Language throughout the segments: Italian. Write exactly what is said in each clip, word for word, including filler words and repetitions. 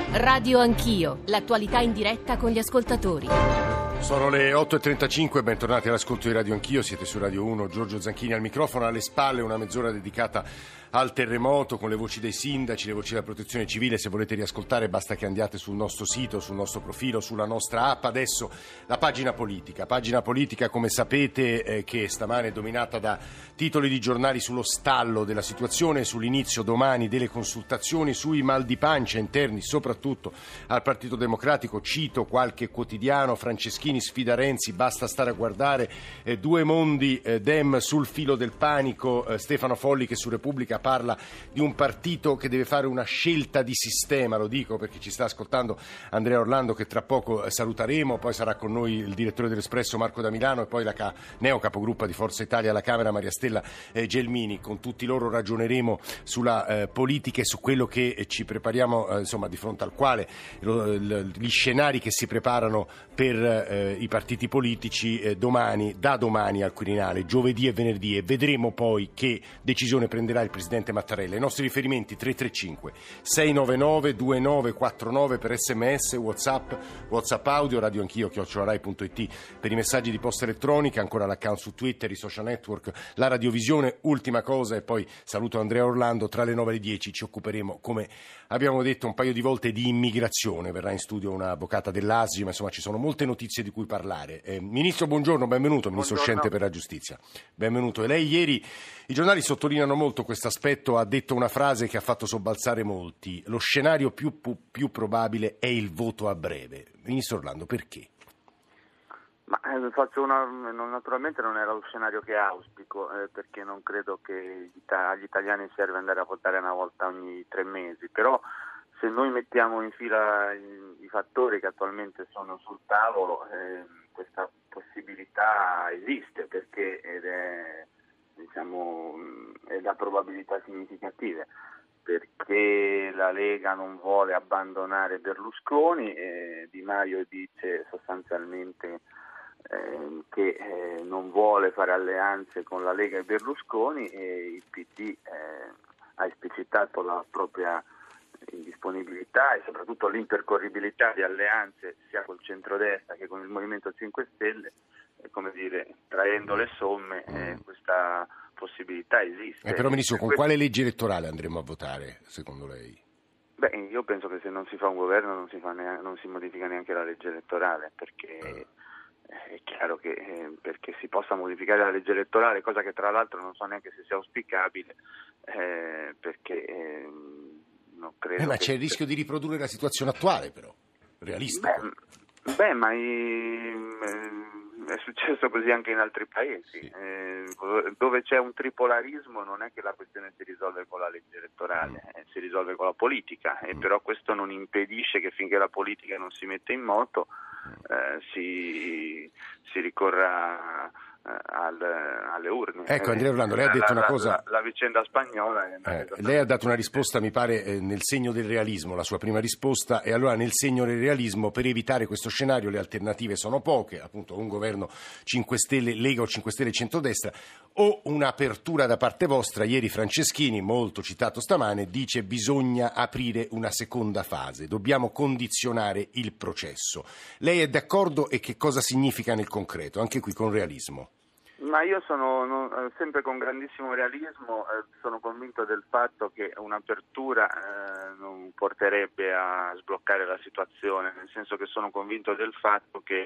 Radio Anch'io, l'attualità in diretta con gli ascoltatori. Sono le otto e trentacinque, bentornati all'ascolto di Radio Anch'io, siete su Radio uno, Giorgio Zanchini al microfono, alle spalle una mezz'ora dedicata al terremoto con le voci dei sindaci, le voci della protezione civile. Se volete riascoltare basta che andiate sul nostro sito, sul nostro profilo, sulla nostra app. Adesso la pagina politica, pagina politica come sapete eh, che stamane è dominata da titoli di giornali sullo stallo della situazione, sull'inizio domani delle consultazioni, sui mal di pancia interni soprattutto al Partito Democratico. Cito qualche quotidiano: Franceschini sfida Renzi, basta stare a guardare, eh, due mondi, eh, Dem sul filo del panico, eh, Stefano Folli che su Repubblica parla di un partito che deve fare una scelta di sistema. Lo dico perché ci sta ascoltando Andrea Orlando, che tra poco saluteremo, poi sarà con noi il direttore dell'Espresso Marco da Milano e poi la ca- neo capogruppa di Forza Italia alla Camera Maria Stella eh, Gelmini. Con tutti loro ragioneremo sulla eh, politica e su quello che eh, ci prepariamo, eh, insomma, di fronte al quale lo, l, gli scenari che si preparano per eh, i partiti politici eh, domani, da domani al Quirinale, giovedì e venerdì, e vedremo poi che decisione prenderà il Presidente Mattarella. I nostri riferimenti: tre tre cinque sei nove nove due nove quattro nove per sms, whatsapp, whatsapp audio, radio anch'io chiocciola rai punto it per i messaggi di posta elettronica, ancora l'account su Twitter, i social network, la radiovisione. Ultima cosa, e poi saluto Andrea Orlando: tra le nove e le dieci ci occuperemo, come abbiamo detto un paio di volte, di immigrazione. Verrà in studio un'avvocata dell'A S G I, ma insomma ci sono molte notizie di cui parlare. Eh, Ministro, buongiorno, benvenuto, Ministro Buongiorno. uscente per la giustizia. Benvenuto. E lei ieri, i giornali sottolineano molto questo aspetto, ha detto una frase che ha fatto sobbalzare molti: lo scenario più, più, più probabile è il voto a breve. Ministro Orlando, perché? Ma eh, faccio una, non, naturalmente non era lo scenario che auspico, eh, perché non credo che agli italiani serve andare a votare una volta ogni tre mesi, però se noi mettiamo in fila i, i fattori che attualmente sono sul tavolo, eh, questa possibilità esiste, perché ed è, diciamo, è da probabilità significative, perché la Lega non vuole abbandonare Berlusconi, e Di Maio dice sostanzialmente eh, che eh, non vuole fare alleanze con la Lega e Berlusconi, e il P D eh, ha esplicitato la propria indisponibilità e soprattutto l'inpercorribilità di alleanze sia col centrodestra che con il Movimento cinque Stelle, e, come dire, traendo le somme, eh, questa possibilità esiste. Eh, però Ministro, con questo... quale legge elettorale andremo a votare, secondo lei? Beh, io penso che se non si fa un governo non si, fa neanche, non si modifica neanche la legge elettorale, perché eh. è chiaro che eh, perché si possa modificare la legge elettorale, cosa che tra l'altro non so neanche se sia auspicabile, eh, perché eh, non credo Eh, ma che... c'è il rischio di riprodurre la situazione attuale, però, realistico. Beh, beh ma i, è successo così anche in altri paesi, Sì. eh, dove c'è un tripolarismo non è che la questione si risolve con la legge elettorale, mm. eh, si risolve con la politica, e mm. però questo non impedisce che finché la politica non si mette in moto eh, si, si ricorra Al, alle urne. Ecco, Andrea Orlando, lei ha detto la, una cosa. La, la, la vicenda spagnola. Eh, lei ha dato una risposta, mi pare, eh, nel segno del realismo, la sua prima risposta, e allora nel segno del realismo, per evitare questo scenario, le alternative sono poche, appunto un governo cinque Stelle, Lega o cinque Stelle centrodestra, o un'apertura da parte vostra. Ieri Franceschini, molto citato stamane, dice: bisogna aprire una seconda fase, dobbiamo condizionare il processo. Lei è d'accordo, e che cosa significa nel concreto, anche qui con realismo? Ma io sono non, sempre con grandissimo realismo, eh, sono convinto del fatto che un'apertura eh, non porterebbe a sbloccare la situazione, nel senso che sono convinto del fatto che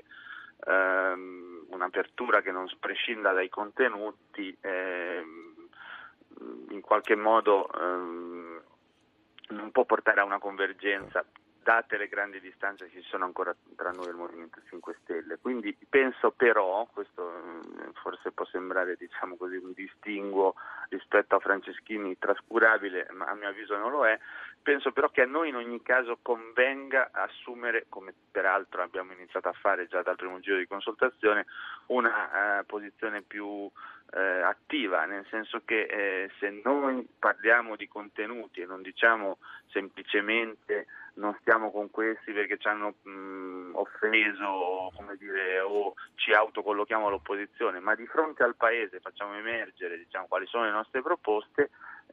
ehm, un'apertura che non prescinda dai contenuti ehm, in qualche modo ehm, non può portare a una convergenza, date le grandi distanze che ci sono ancora tra noi e il Movimento cinque Stelle. Quindi penso però, questo forse può sembrare, diciamo così, un distinguo rispetto a Franceschini trascurabile, ma a mio avviso non lo è, penso però che a noi in ogni caso convenga assumere, come peraltro abbiamo iniziato a fare già dal primo giro di consultazione, una uh, posizione più eh, attiva, nel senso che eh, se noi parliamo di contenuti e non diciamo semplicemente non stiamo con questi perché ci hanno mh, offeso, come dire, o ci autocollochiamo all'opposizione, ma di fronte al Paese facciamo emergere, diciamo, quali sono le nostre proposte,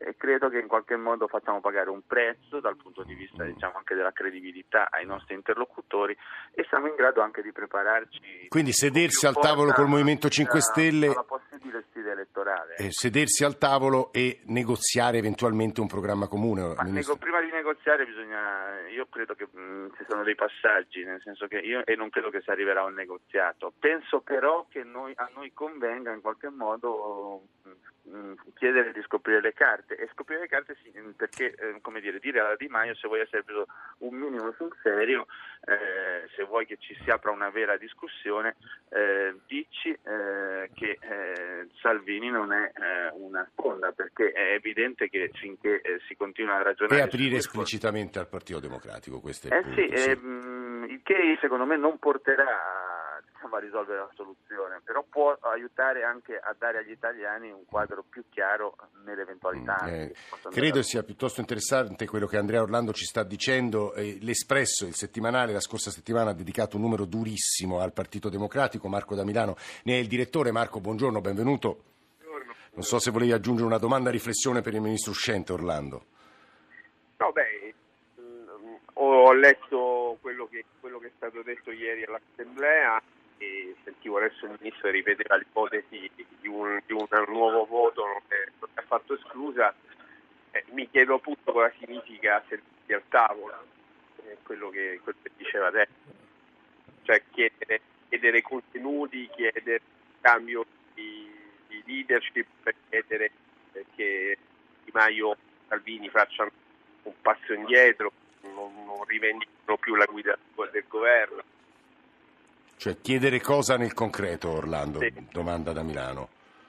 e credo che in qualche modo facciamo pagare un prezzo dal punto di vista diciamo anche della credibilità ai nostri interlocutori e siamo in grado anche di prepararci. Quindi sedersi al tavolo col Movimento cinque Stelle, alla possibile sfida elettorale. Eh, sedersi al tavolo e negoziare eventualmente un programma comune. Ma nego- prima di negoziare bisogna, io credo che mh, ci sono dei passaggi, nel senso che io e non credo che si arriverà a un negoziato. Penso però che noi, a noi convenga in qualche modo mh, chiedere di scoprire le carte e scoprire le carte sì, perché eh, come dire, dire a Di Maio se vuoi essere preso un minimo sul serio, eh, se vuoi che ci si apra una vera discussione, eh, dici eh, che eh, Salvini non è eh, una sponda, perché è evidente che finché eh, si continua a ragionare e aprire su questo, esplicitamente al Partito Democratico, questo è il eh punto, sì, sì. eh, mh, il che secondo me non porterà diciamo, a risolvere la soluzione, però può aiutare anche a dare agli italiani un quadro più chiaro nell'eventualità. Mm, eh, credo sia piuttosto interessante quello che Andrea Orlando ci sta dicendo. eh, L'Espresso, il settimanale, la scorsa settimana ha dedicato un numero durissimo al Partito Democratico. Marco da Milano ne è il direttore. Marco, buongiorno, benvenuto. Buongiorno. Non so se volevi aggiungere una domanda a riflessione per il ministro uscente Orlando. No, beh, mh, ho letto quello che, quello che è stato detto ieri all'Assemblea e sentivo adesso il ministro che ripeteva l'ipotesi di un, di un nuovo voto, non è, non è affatto esclusa. Eh, mi chiedo appunto cosa significa sedersi al tavolo, eh, quello, che, quello che diceva adesso, cioè chiedere, chiedere contenuti, chiedere cambio di, di leadership, per chiedere che Di Maio e Salvini facciano un passo indietro, non, non rivendicano più la guida del governo. Cioè chiedere cosa nel concreto, Orlando? Sì. Domanda da Milano.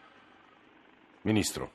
Ministro.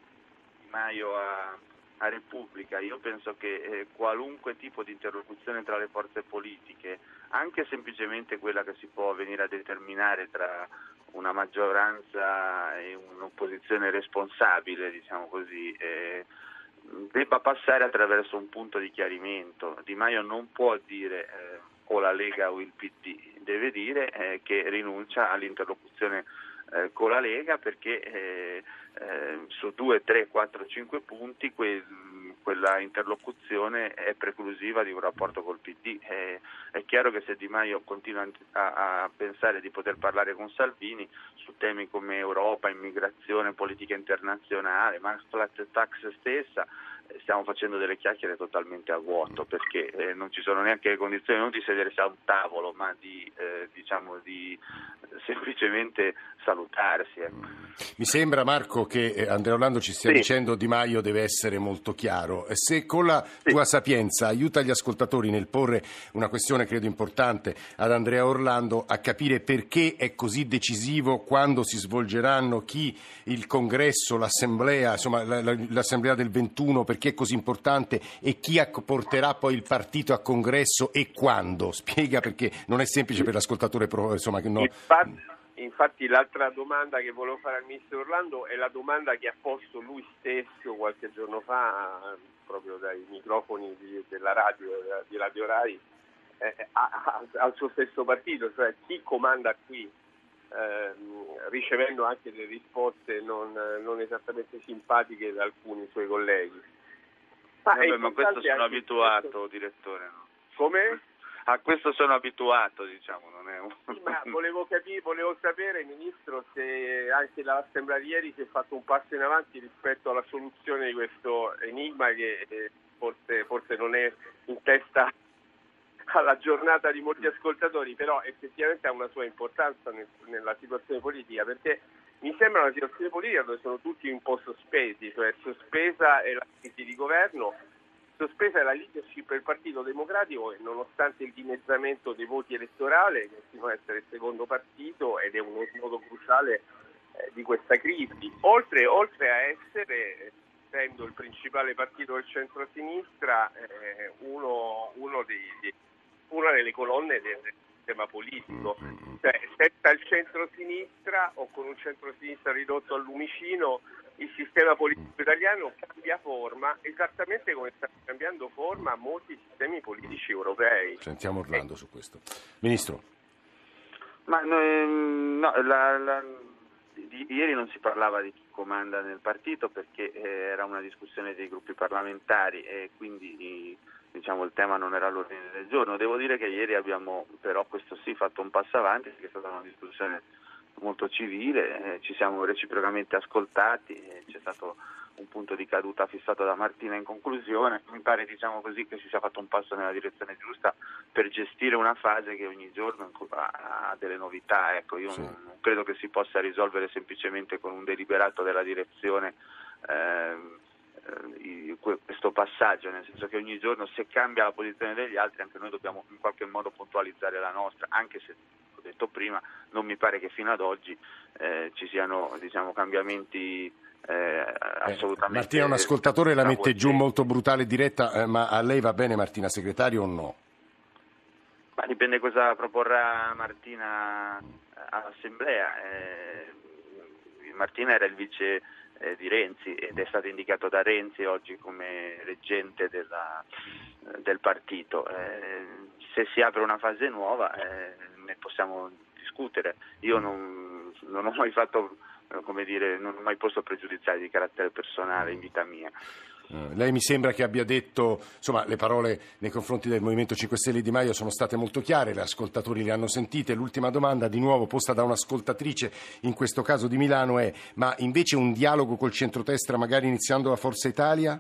Di Maio a, a Repubblica, io penso che eh, qualunque tipo di interlocuzione tra le forze politiche, anche semplicemente quella che si può venire a determinare tra una maggioranza e un'opposizione responsabile, diciamo così, eh, debba passare attraverso un punto di chiarimento. Di Maio non può dire eh, o la Lega o il P D, deve dire eh, che rinuncia all'interlocuzione eh, con la Lega perché eh, eh, su due, tre, quattro, cinque punti que- quella interlocuzione è preclusiva di un rapporto col P D. Eh, è chiaro che se Di Maio continua a, a pensare di poter parlare con Salvini su temi come Europa, immigrazione, politica internazionale, ma la tax stessa, eh, stiamo facendo delle chiacchiere totalmente a vuoto, perché eh, non ci sono neanche le condizioni non di sedersi a un tavolo, ma di eh, diciamo di eh, semplicemente salutarsi. Ecco. Mi sembra, Marco, che eh, Andrea Orlando ci stia Sì. dicendo Di Maio deve essere molto chiaro. Se con la Sì. tua sapienza aiuta gli ascoltatori nel porre una questione, credo importante, ad Andrea Orlando, a capire perché è così decisivo quando si svolgeranno chi il congresso, l'assemblea, insomma la, la, l'assemblea del ventuno, perché è così importante e chi acc- porterà poi il partito a congresso e quando. Spiega, perché non è semplice per l'ascoltatore, pro, insomma, che no. Infatti, infatti l'altra domanda che volevo fare al ministro Orlando è la domanda che ha posto lui stesso qualche giorno fa, proprio dai microfoni di, della radio, di Radio Rai, eh, a, a, al suo stesso partito, cioè chi comanda qui, eh, ricevendo anche delle risposte non, non esattamente simpatiche da alcuni suoi colleghi. Ma, Vabbè, ma questo sono anche abituato, questo... direttore. No? Come? A questo sono abituato, diciamo, non è un... Sì, ma volevo capire, volevo sapere, Ministro, se anche l'Assemblea di ieri si è fatto un passo in avanti rispetto alla soluzione di questo enigma che eh, forse, forse non è in testa alla giornata di molti ascoltatori, però effettivamente ha una sua importanza nel, nella situazione politica, perché mi sembra una situazione politica dove sono tutti un po' sospesi, cioè sospesa è la crisi di governo, sospesa è la leadership del Partito Democratico e nonostante il dimezzamento dei voti elettorali continua a essere il secondo partito ed è uno snodo cruciale eh, di questa crisi, oltre, oltre a essere, essendo il principale partito del centro-sinistra, eh, uno, uno dei, dei, una delle colonne del sistema politico, cioè senza il centro-sinistra o con un centro-sinistra ridotto al lumicino il sistema politico italiano cambia forma esattamente come stanno cambiando forma molti sistemi politici europei. Sentiamo Orlando eh. su questo. Ministro. Ma no, la, la, di, ieri non si parlava di chi comanda nel partito, perché eh, era una discussione dei gruppi parlamentari e quindi diciamo il tema non era all'ordine del giorno. Devo dire che ieri abbiamo però, questo sì, fatto un passo avanti, perché è stata una discussione molto civile, eh, ci siamo reciprocamente ascoltati, eh, c'è stato un punto di caduta fissato da Martina in conclusione. Mi pare, diciamo così, che si sia fatto un passo nella direzione giusta per gestire una fase che ogni giorno ha delle novità. Ecco, io sì. non, non credo che si possa risolvere semplicemente con un deliberato della direzione ehm, eh, questo passaggio, nel senso che ogni giorno, se cambia la posizione degli altri, anche noi dobbiamo in qualche modo puntualizzare la nostra, anche se, ho detto prima, non mi pare che fino ad oggi eh, ci siano, diciamo, cambiamenti Eh, assolutamente. Eh, Martina, un ascoltatore la mette giù molto brutale e diretta, eh, ma a lei va bene, Martina, segretario o no? Ma dipende cosa proporrà Martina all'assemblea. Eh, Martina era il vice eh, di Renzi ed è stato indicato da Renzi oggi come reggente della, del partito. Eh, se si apre una fase nuova eh, ne possiamo discutere. Io non, non ho mai fatto, come dire, non ho mai posto pregiudiziali di carattere personale in vita mia. Lei mi sembra che abbia detto, insomma, le parole nei confronti del Movimento cinque Stelle Di Maio sono state molto chiare, gli ascoltatori le hanno sentite. L'ultima domanda, di nuovo posta da un'ascoltatrice, in questo caso di Milano, è: ma invece un dialogo col centrodestra, magari iniziando da Forza Italia?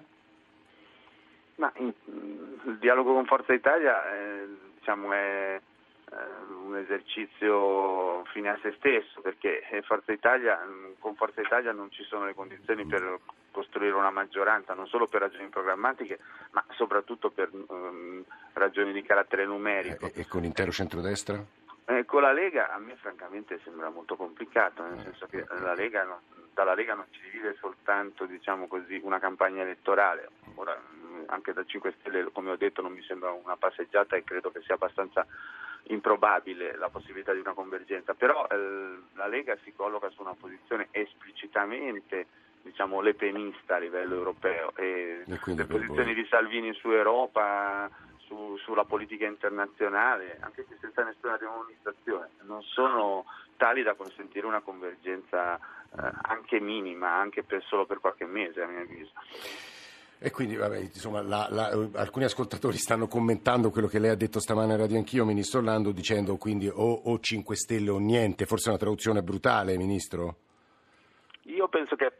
Ma in, il dialogo con Forza Italia eh, diciamo è un esercizio fine a se stesso, perché Forza Italia, con Forza Italia non ci sono le condizioni per costruire una maggioranza, non solo per ragioni programmatiche, ma soprattutto per um, ragioni di carattere numerico. E, e con l'intero centrodestra? Eh, con la Lega a me francamente sembra molto complicato, nel senso che la Lega non, dalla Lega non ci vive soltanto, diciamo così, una campagna elettorale. Ora, anche da cinque Stelle, come ho detto, non mi sembra una passeggiata e credo che sia abbastanza improbabile la possibilità di una convergenza, però eh, la Lega si colloca su una posizione esplicitamente, diciamo, lepenista a livello europeo, e, e le posizioni di Salvini su Europa, su, sulla politica internazionale, anche se senza nessuna demonizzazione, non sono tali da consentire una convergenza eh, anche minima, anche per, solo per qualche mese, a mio avviso. E quindi, vabbè, insomma, la, la, alcuni ascoltatori stanno commentando quello che lei ha detto stamane a Radio Anch'io, Ministro Orlando, dicendo quindi o, o cinque Stelle o niente. Forse è una traduzione brutale, Ministro? Io penso che,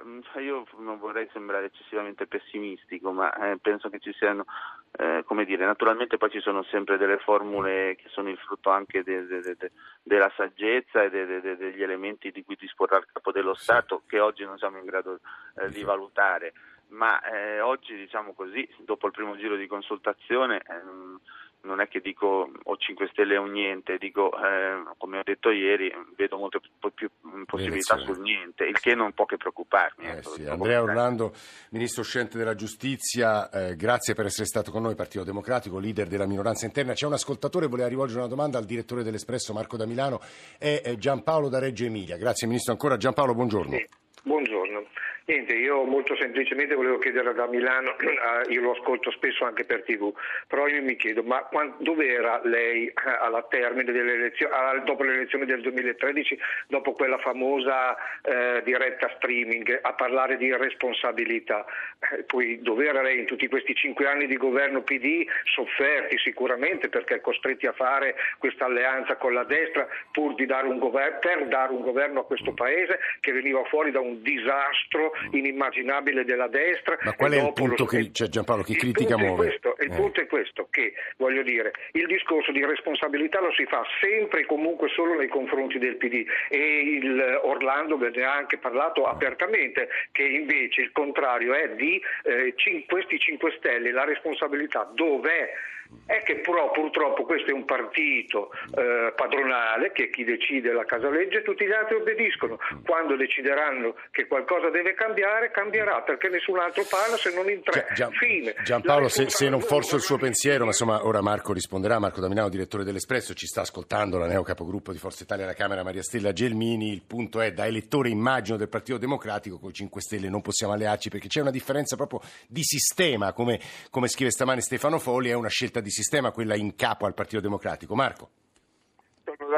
io non vorrei sembrare eccessivamente pessimistico, ma eh, penso che ci siano, eh, come dire, naturalmente poi ci sono sempre delle formule che sono il frutto anche de, de, de, de, della saggezza e de, de, de, degli elementi di cui disporrà il Capo dello Stato, che oggi non siamo in grado eh, di valutare. Ma eh, oggi, diciamo così, dopo il primo giro di consultazione, ehm, non è che dico o cinque Stelle o niente, dico, eh, come ho detto ieri, vedo molte più, più possibilità sul niente, il che non può che preoccuparmi. Eh ecco, sì. Andrea Orlando, Ministro uscente della Giustizia, eh, grazie per essere stato con noi, Partito Democratico, leader della minoranza interna. C'è un ascoltatore che voleva rivolgere una domanda al direttore dell'Espresso, Marco da Milano, è Giampaolo da Reggio Emilia. Grazie Ministro ancora. Giampaolo, buongiorno. Sì, buongiorno. Niente, io molto semplicemente volevo chiedere da Milano, eh, io lo ascolto spesso anche per tivù, però io mi chiedo, ma dove era lei eh, alla termine delle elezioni, eh, dopo le elezioni del duemilatredici, dopo quella famosa eh, diretta streaming, a parlare di responsabilità? Eh, poi dove era lei in tutti questi cinque anni di governo P D, sofferti sicuramente perché costretti a fare questa alleanza con la destra pur di dare un governo, per dare un governo a questo paese che veniva fuori da un disastro inimmaginabile della destra. Ma qual è il punto lo... che c'è, Giampaolo, che critica muove? Questo, il eh. punto è questo, che voglio dire, il discorso di responsabilità lo si fa sempre e comunque solo nei confronti del P D, e il Orlando ne ha anche parlato apertamente che invece il contrario è di eh, cin- questi cinque Stelle, la responsabilità dov'è? È che però purtroppo questo è un partito eh, padronale, che chi decide la Casalegge, tutti gli altri obbediscono. Quando decideranno che qualcosa deve cambiare, cambierà, perché nessun altro parla se non in tre. Gian, Fine. Giampaolo, se, se non forzo il suo pensiero, ma insomma ora Marco risponderà. Marco da Milano, direttore dell'Espresso, ci sta ascoltando la neo capogruppo di Forza Italia alla Camera, Maria Stella Gelmini. Il punto è, da elettore immagino del Partito Democratico, con i cinque Stelle non possiamo allearci perché c'è una differenza proprio di sistema, come, come scrive stamane Stefano Folli, è una scelta di sistema quella in capo al Partito Democratico. Marco. Sono d'accordo.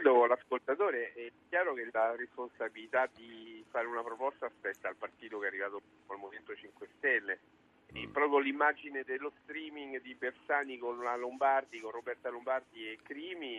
concordo con l'ascoltatore, è chiaro che la responsabilità di fare una proposta spetta al partito che è arrivato al Movimento cinque Stelle. E proprio l'immagine dello streaming di Bersani con la Lombardi, con Roberta Lombardi e Crimi,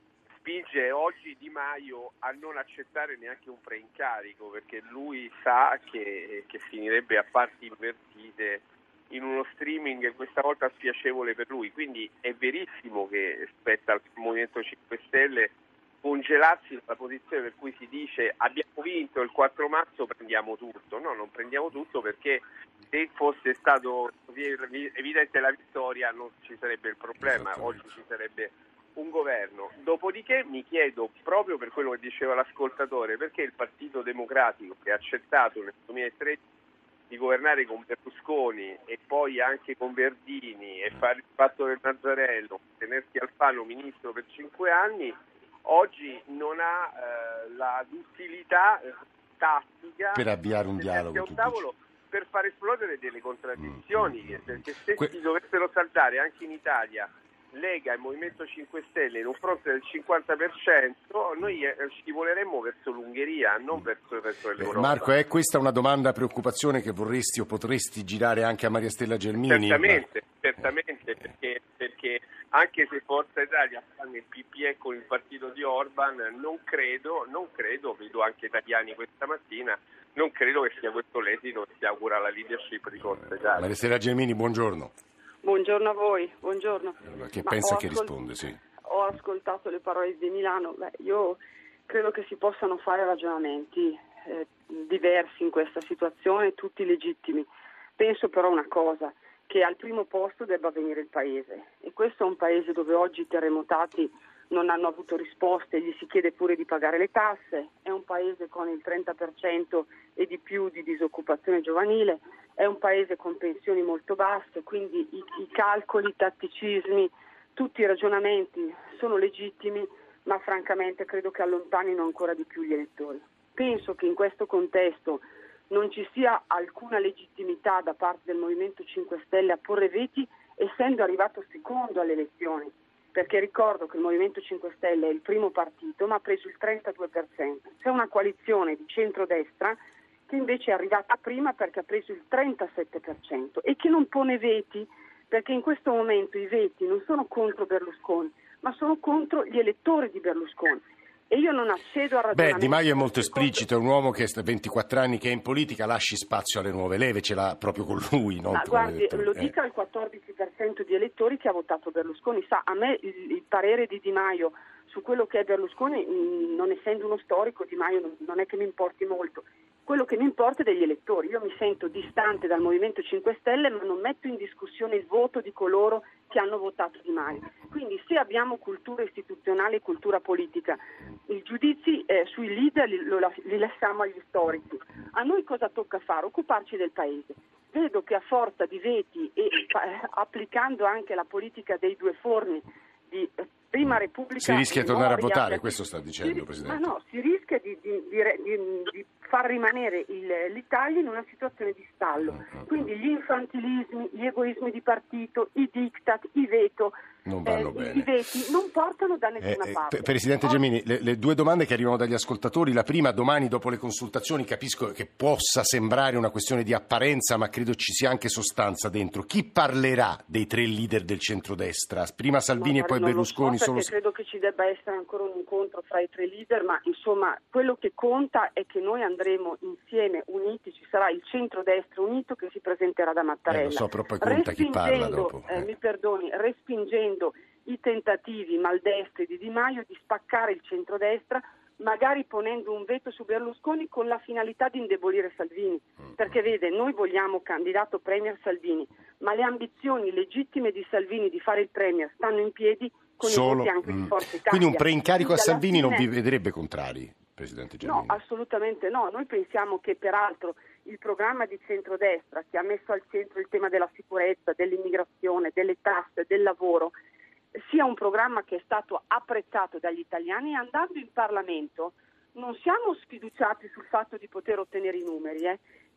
spinge oggi Di Maio a non accettare neanche un preincarico, perché lui sa che, che finirebbe a parti invertite in uno streaming questa volta spiacevole per lui. Quindi è verissimo che spetta al Movimento cinque Stelle congelarsi nella posizione per cui si dice abbiamo vinto il quattro marzo, prendiamo tutto. No, non prendiamo tutto, perché se fosse stato così evidente la vittoria non ci sarebbe il problema, oggi ci sarebbe un governo. Dopodiché mi chiedo, proprio per quello che diceva l'ascoltatore, perché il Partito Democratico, che ha accettato nel duemilatredici di governare con Berlusconi e poi anche con Verdini e fare il patto del Nazzarello, tenersi Alfano ministro per cinque anni, oggi non ha eh, la duttilità eh, tattica per avviare un per dialogo a un tavolo per far esplodere delle contraddizioni, mm. perché se que- si dovessero saltare anche in Italia Lega e Movimento cinque Stelle in un fronte del cinquanta per cento, noi eh, scivoleremmo verso l'Ungheria, non verso, verso l'Europa. Marco, è questa una domanda, preoccupazione che vorresti o potresti girare anche a Maria Stella Gelmini? Certamente, certamente, perché, perché anche se Forza Italia sta nel P P E con il partito di Orban, non credo, non credo, vedo anche Tajani questa mattina, non credo che sia questo l'esito che si augura la leadership di Forza Italia. Maria Stella Gelmini, buongiorno. Buongiorno a voi, buongiorno. Che Ma pensa che ascol- risponde, sì. Ho ascoltato le parole di Milano. Beh, io credo che si possano fare ragionamenti eh, diversi in questa situazione, tutti legittimi. Penso però una cosa, che al primo posto debba venire il Paese. E questo è un Paese dove oggi i terremotati non hanno avuto risposte, gli si chiede pure di pagare le tasse, è un Paese con il trenta per cento e di più di disoccupazione giovanile, è un Paese con pensioni molto basse, quindi i, i calcoli, i tatticismi, tutti i ragionamenti sono legittimi, ma francamente credo che allontanino ancora di più gli elettori. Penso che in questo contesto non ci sia alcuna legittimità da parte del Movimento cinque Stelle a porre veti, essendo arrivato secondo alle elezioni, perché ricordo che il Movimento cinque Stelle è il primo partito, ma ha preso il trentadue per cento. C'è una coalizione di centrodestra che invece è arrivata prima perché ha preso il trentasette per cento e che non pone veti, perché in questo momento i veti non sono contro Berlusconi, ma sono contro gli elettori di Berlusconi. E io non accedo a ragionamenti. Beh, Di Maio è molto esplicito, è un uomo che ha ventiquattro anni che è in politica, lasci spazio alle nuove leve, ce l'ha proprio con lui. No? Ma guardi, lo dica al quattordici per cento di elettori che ha votato Berlusconi. Sa, a me il, il parere di Di Maio su quello che è Berlusconi, mh, non essendo uno storico, Di Maio non, non è che mi importi molto. Quello che mi importa è degli elettori. Io mi sento distante dal Movimento cinque Stelle, ma non metto in discussione il voto di coloro che hanno votato Di Maio. Quindi se abbiamo cultura istituzionale e cultura politica, i giudizi eh, sui leader li, lo, li lasciamo agli storici. A noi cosa tocca fare? Occuparci del Paese. Vedo che a forza di veti e eh, applicando anche la politica dei due forni di eh, Prima Repubblica... Si rischia di tornare a Moria, votare, questo sta dicendo, si, Presidente. Ma no, si rischia di, di, di, di, di far rimanere il, l'Italia in una situazione di stallo. Quindi gli infantilismi, gli egoismi di partito, i diktat, i veto, non vanno eh, bene. i veti non portano da nessuna eh, parte. Eh, Presidente Gelmini, le, le due domande che arrivano dagli ascoltatori, la prima, domani dopo le consultazioni, capisco che possa sembrare una questione di apparenza, ma credo ci sia anche sostanza dentro. Chi parlerà dei tre leader del centrodestra? Prima Salvini ma, e poi non Berlusconi? Lo so, solo... credo che ci debba essere ancora un incontro fra i tre leader, ma insomma quello che conta è che noi andremo insieme uniti, ci sarà il centrodestra unito che si presenterà da Mattarella. Eh, lo so, però poi conta chi parla dopo. Eh. Eh, mi perdoni, respingendo i tentativi maldestri di Di Maio di spaccare il centrodestra, magari ponendo un veto su Berlusconi con la finalità di indebolire Salvini, perché vede, noi vogliamo candidato premier Salvini, ma le ambizioni legittime di Salvini di fare il premier stanno in piedi con Solo, i voti anche mm. di Forza Italia. Quindi un preincarico a Salvini fine... non vi vedrebbe contrari, Presidente Gelmini? No, assolutamente no. Noi pensiamo che peraltro il programma di centrodestra, che ha messo al centro il tema della sicurezza, dell'immigrazione, delle tasse, del lavoro, sia un programma che è stato apprezzato dagli italiani, e andando in Parlamento non siamo sfiduciati sul fatto di poter ottenere i numeri, eh.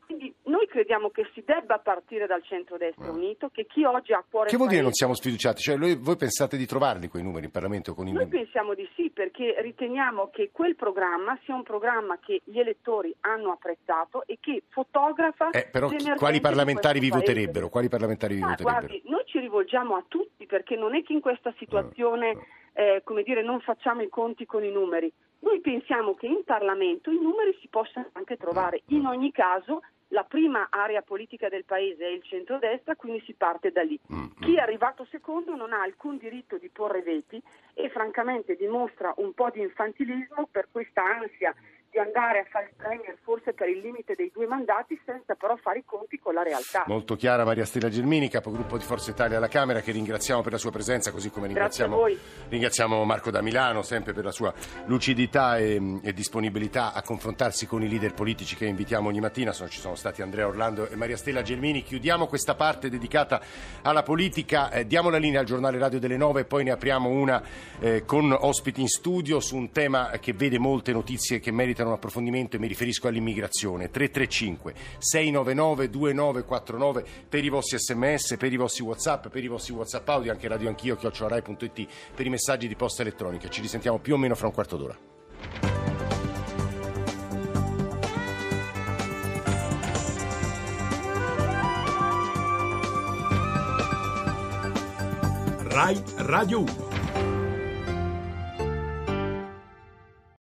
Quindi noi crediamo che si debba partire dal centrodestra unito, che chi oggi ha a cuore... Che vuol dire paese, non siamo sfiduciati? Cioè voi, voi pensate di trovarli quei numeri in Parlamento? Con i... Noi pensiamo di sì, perché riteniamo che quel programma sia un programma che gli elettori hanno apprezzato e che fotografa... Eh, però le chi- emergenze quali parlamentari di vi questo paese. voterebbero? Quali parlamentari vi Ma voterebbero? guardi, noi ci rivolgiamo a tutti, perché non è che in questa situazione, eh, come dire, non facciamo i conti con i numeri. Noi pensiamo che in Parlamento i numeri si possano anche trovare. In ogni caso, la prima area politica del paese è il centrodestra, quindi si parte da lì. Chi è arrivato secondo non ha alcun diritto di porre veti e francamente dimostra un po' di infantilismo per questa ansia di andare a fare il premier forse per il limite dei due mandati senza però fare i conti con la realtà. Molto chiara Maria Stella Gelmini, capogruppo di Forza Italia alla Camera, che ringraziamo per la sua presenza, così come ringraziamo, Grazie a voi. ringraziamo Marco da Milano, sempre per la sua lucidità e, e disponibilità a confrontarsi con i leader politici che invitiamo ogni mattina. Sono, ci sono stati Andrea Orlando e Maria Stella Gelmini. Chiudiamo questa parte dedicata alla politica, eh, diamo la linea al giornale radio delle nove e poi ne apriamo una eh, con ospiti in studio su un tema che vede molte notizie che meritano un approfondimento, e mi riferisco all'immigrazione. Tre tre cinque sei nove nove due nove quattro nove per i vostri sms, per i vostri whatsapp, per i vostri whatsapp audio, anche radio anch'io chiocciola rai punto it per i messaggi di posta elettronica. Ci risentiamo più o meno fra un quarto d'ora. Rai Radio uno.